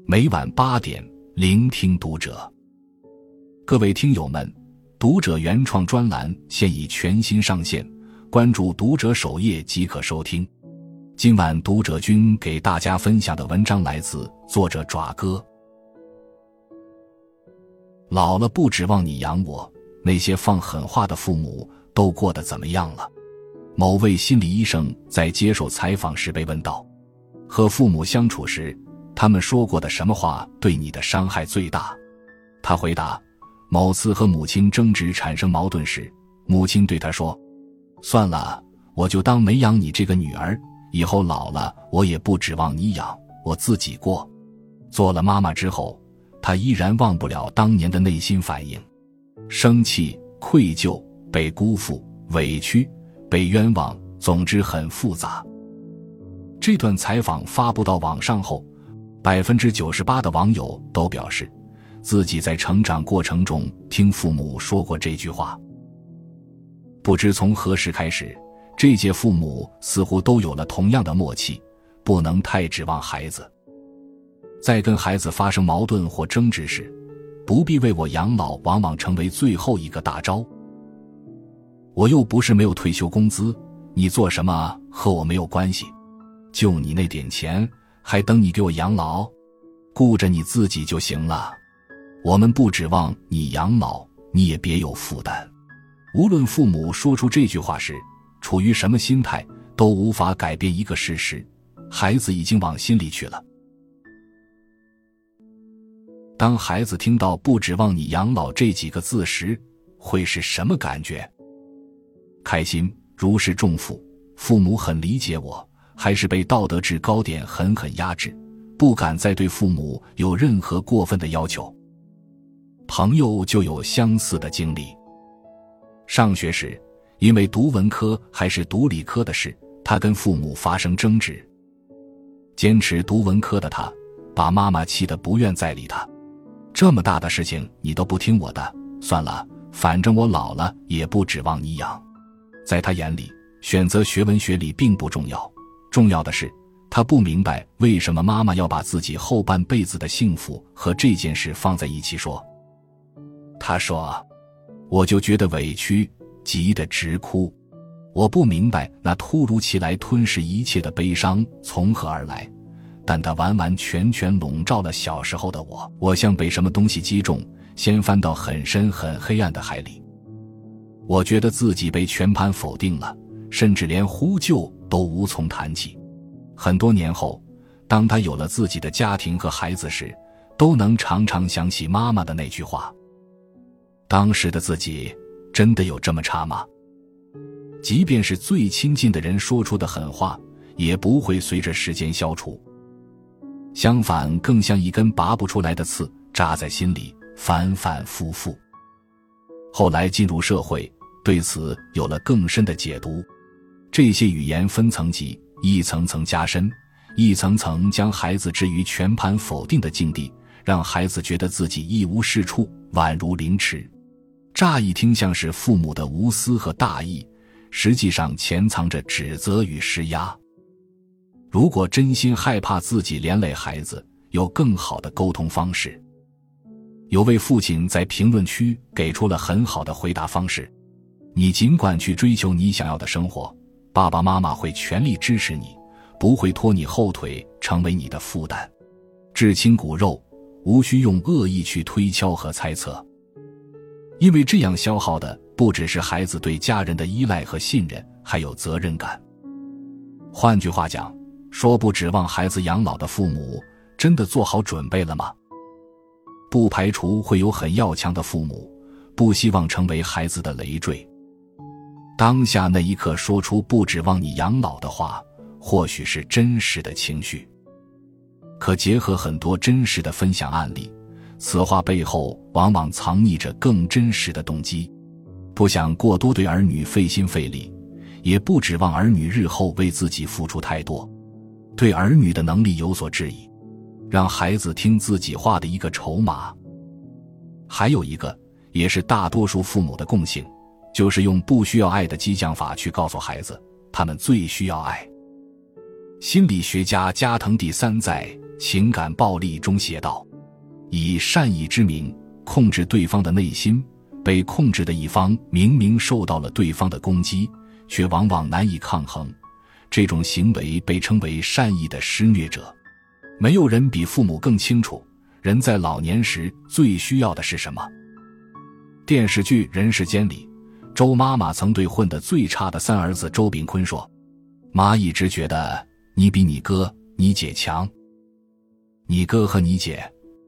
每晚8点，聆听读者。各位听友们，读者原创专栏现已全新上线，关注读者首页即可收听。今晚读者君给大家分享的文章来自作者爪哥。老了不指望你养我，那些放狠话的父母都过得怎么样了？某位心理医生在接受采访时被问到，和父母相处时，他们说过的什么话对你的伤害最大？他回答，某次和母亲争执产生矛盾时，母亲对他说，算了，我就当没养你这个女儿，以后老了我也不指望你养，我自己过。做了妈妈之后，她依然忘不了当年的内心反应，生气、愧疚、被辜负、委屈、被冤枉，总之很复杂。这段采访发布到网上后，98%的网友都表示自己在成长过程中听父母说过这句话。不知从何时开始，这届父母似乎都有了同样的默契，不能太指望孩子。在跟孩子发生矛盾或争执时，不必为我养老往往成为最后一个大招。我又不是没有退休工资，你做什么和我没有关系，就你那点钱还等你给我养老？顾着你自己就行了。我们不指望你养老，你也别有负担。无论父母说出这句话时处于什么心态，都无法改变一个事实，孩子已经往心里去了。当孩子听到不指望你养老这几个字时，会是什么感觉？开心，如释重负，父母很理解我，还是被道德制高点狠狠压制，不敢再对父母有任何过分的要求？朋友就有相似的经历。上学时，因为读文科还是读理科的事，他跟父母发生争执。坚持读文科的他，把妈妈气得不愿再理他。这么大的事情你都不听我的，算了，反正我老了也不指望你养。在他眼里，选择学文学理并不重要，重要的是他不明白为什么妈妈要把自己后半辈子的幸福和这件事放在一起说。他说，我就觉得委屈，急得直哭。我不明白那突如其来吞噬一切的悲伤从何而来，但它完完全全笼罩了小时候的我。我像被什么东西击中，先翻到很深很黑暗的海里。我觉得自己被全盘否定了，甚至连呼救都无从谈起。很多年后，当他有了自己的家庭和孩子时，都能常常想起妈妈的那句话。当时的自己真的有这么差吗？即便是最亲近的人说出的狠话，也不会随着时间消除。相反，更像一根拔不出来的刺，扎在心里，反反复复。后来进入社会，对此有了更深的解读。这些语言分层级，一层层加深，一层层将孩子置于全盘否定的境地，让孩子觉得自己一无是处，宛如凌迟。乍一听像是父母的无私和大义，实际上潜藏着指责与施压。如果真心害怕自己连累孩子，有更好的沟通方式。有位父亲在评论区给出了很好的回答方式，你尽管去追求你想要的生活，爸爸妈妈会全力支持你，不会拖你后腿成为你的负担。至亲骨肉，无需用恶意去推敲和猜测，因为这样消耗的不只是孩子对家人的依赖和信任，还有责任感。换句话讲，说不指望孩子养老的父母，真的做好准备了吗？不排除会有很要强的父母，不希望成为孩子的累赘。当下那一刻说出不指望你养老的话，或许是真实的情绪。可结合很多真实的分享案例，此话背后往往藏匿着更真实的动机。不想过多对儿女费心费力，也不指望儿女日后为自己付出太多，对儿女的能力有所质疑，让孩子听自己话的一个筹码。还有一个，也是大多数父母的共性，就是用不需要爱的激将法去告诉孩子，他们最需要爱。 心理学家加藤第三在《情感暴力》中写道，以善意之名控制对方的内心，被控制的一方明明受到了对方的攻击，却往往难以抗衡，这种行为被称为善意的施虐者。没有人比父母更清楚人在老年时最需要的是什么。电视剧《人世间》里，周妈妈曾对混得最差的三儿子周炳坤说，妈一直觉得你比你哥你姐强。你哥和你姐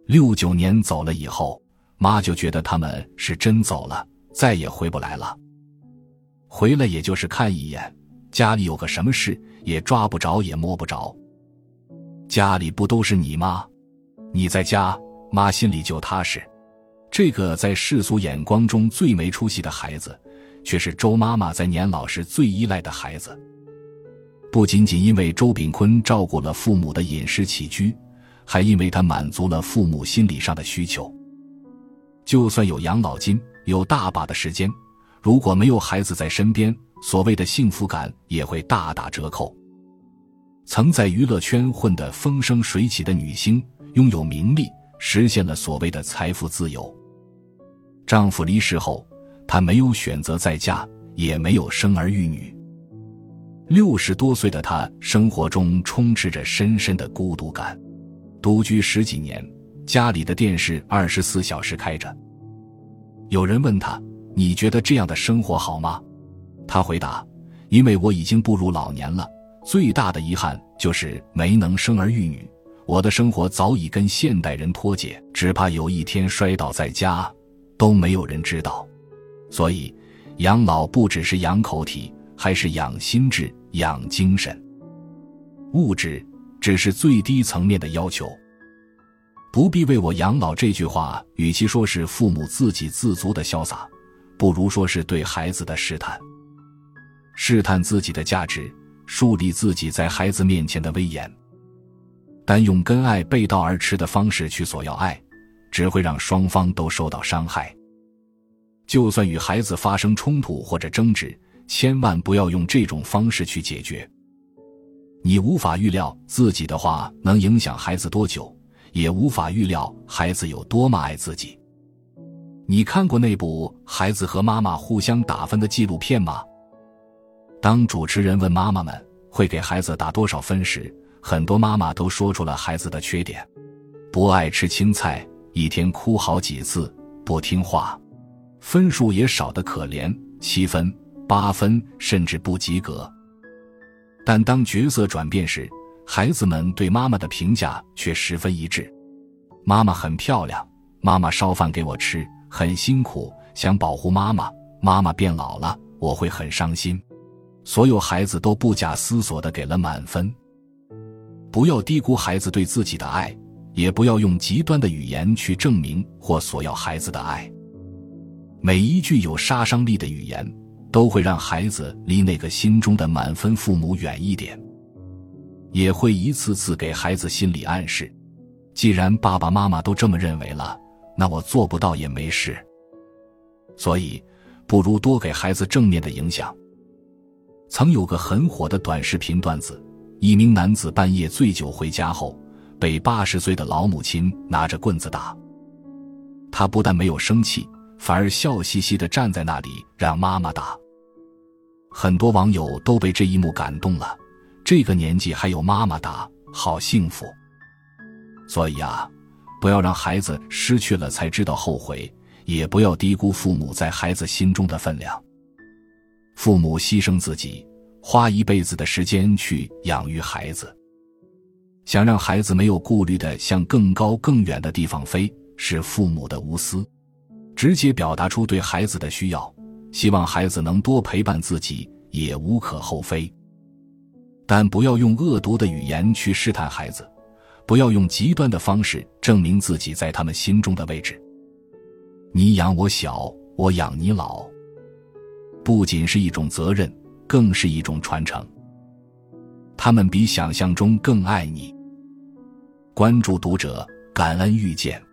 69年走了以后，妈就觉得他们是真走了，再也回不来了。回来也就是看一眼，家里有个什么事也抓不着也摸不着。家里不都是你吗？你在家，妈心里就踏实。这个在世俗眼光中最没出息的孩子，却是周妈妈在年老时最依赖的孩子。不仅仅因为周炳坤照顾了父母的饮食起居，还因为他满足了父母心理上的需求。就算有养老金，有大把的时间，如果没有孩子在身边，所谓的幸福感也会大打折扣。曾在娱乐圈混得风生水起的女星，拥有名利，实现了所谓的财富自由。丈夫离世后，她没有选择再嫁，也没有生儿育女。60多岁的她，生活中充斥着深深的孤独感。独居10几年，家里的电视24小时开着。有人问她，你觉得这样的生活好吗？她回答，因为我已经步入老年了，最大的遗憾就是没能生儿育女，我的生活早已跟现代人脱节，只怕有一天摔倒在家，都没有人知道。所以，养老不只是养口体，还是养心智、养精神。物质只是最低层面的要求。不必为我养老这句话，与其说是父母自给自足的潇洒，不如说是对孩子的试探。试探自己的价值，树立自己在孩子面前的威严。单用跟爱背道而驰的方式去索要爱，只会让双方都受到伤害。就算与孩子发生冲突或者争执，千万不要用这种方式去解决。你无法预料自己的话能影响孩子多久，也无法预料孩子有多么爱自己。你看过那部孩子和妈妈互相打分的纪录片吗？当主持人问妈妈们会给孩子打多少分时，很多妈妈都说出了孩子的缺点：不爱吃青菜，一天哭好几次，不听话，分数也少得可怜，7分、8分，甚至不及格。但当角色转变时，孩子们对妈妈的评价却十分一致。妈妈很漂亮，妈妈烧饭给我吃，很辛苦，想保护妈妈，妈妈变老了，我会很伤心。所有孩子都不假思索地给了满分。不要低估孩子对自己的爱，也不要用极端的语言去证明或索要孩子的爱。每一句有杀伤力的语言，都会让孩子离那个心中的满分父母远一点，也会一次次给孩子心理暗示，既然爸爸妈妈都这么认为了，那我做不到也没事。所以，不如多给孩子正面的影响。曾有个很火的短视频段子，一名男子半夜醉酒回家后，被80岁的老母亲拿着棍子打。他不但没有生气，反而笑嘻嘻地站在那里让妈妈打。很多网友都被这一幕感动了，这个年纪还有妈妈打，好幸福。所以啊，不要让孩子失去了才知道后悔，也不要低估父母在孩子心中的分量。父母牺牲自己，花一辈子的时间去养育孩子，想让孩子没有顾虑地向更高更远的地方飞，是父母的无私。直接表达出对孩子的需要，希望孩子能多陪伴自己，也无可厚非。但不要用恶毒的语言去试探孩子，不要用极端的方式证明自己在他们心中的位置。你养我小，我养你老，不仅是一种责任，更是一种传承。他们比想象中更爱你。关注读者，感恩遇见。